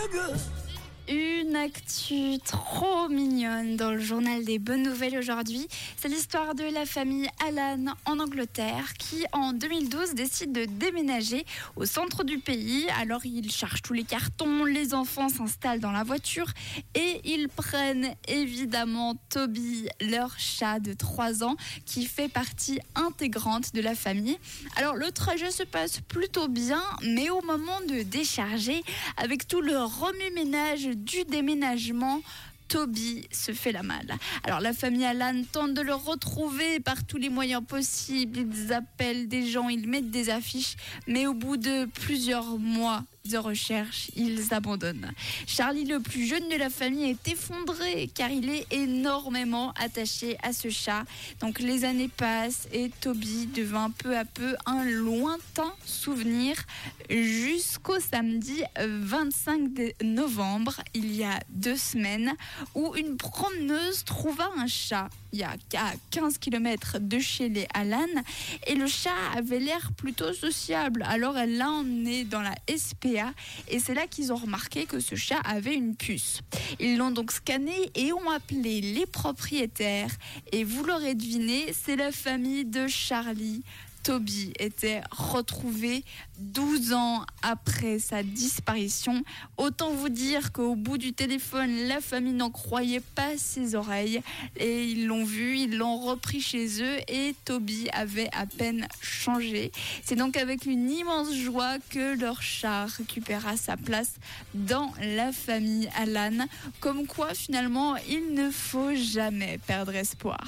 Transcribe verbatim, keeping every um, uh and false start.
Une actu trop mignonne dans le journal des bonnes nouvelles aujourd'hui. C'est l'histoire de la famille Allan en Angleterre qui, en deux mille douze, décide de déménager au centre du pays. Alors, ils chargent tous les cartons, les enfants s'installent dans la voiture et ils prennent évidemment Toby, leur chat de trois ans, qui fait partie intégrante de la famille. Alors, le trajet se passe plutôt bien, mais au moment de décharger, avec tout le remue-ménage du déménagement, Toby se fait la malle. Alors la famille Allan tente de le retrouver par tous les moyens possibles. Ils appellent des gens, ils mettent des affiches, mais au bout de plusieurs mois de recherche, ils abandonnent. Charlie, le plus jeune de la famille, est effondré car il est énormément attaché à ce chat. Donc les années passent et Toby devint peu à peu un lointain souvenir jusqu'au samedi vingt-cinq novembre, il y a deux semaines, où une promeneuse trouva un chat. Il y a à quinze kilomètres de chez les Allan et le chat avait l'air plutôt sociable. Alors elle l'a emmené dans la S P A et c'est là qu'ils ont remarqué que ce chat avait une puce. Ils l'ont donc scanné et ont appelé les propriétaires et vous l'aurez deviné, c'est la famille de Charlie. Toby était retrouvé douze ans après sa disparition. Autant vous dire qu'au bout du téléphone, la famille n'en croyait pas ses oreilles. Et ils l'ont vu, ils l'ont repris chez eux et Toby avait à peine changé. C'est donc avec une immense joie que leur chat récupéra sa place dans la famille Allan. Comme quoi, finalement, il ne faut jamais perdre espoir.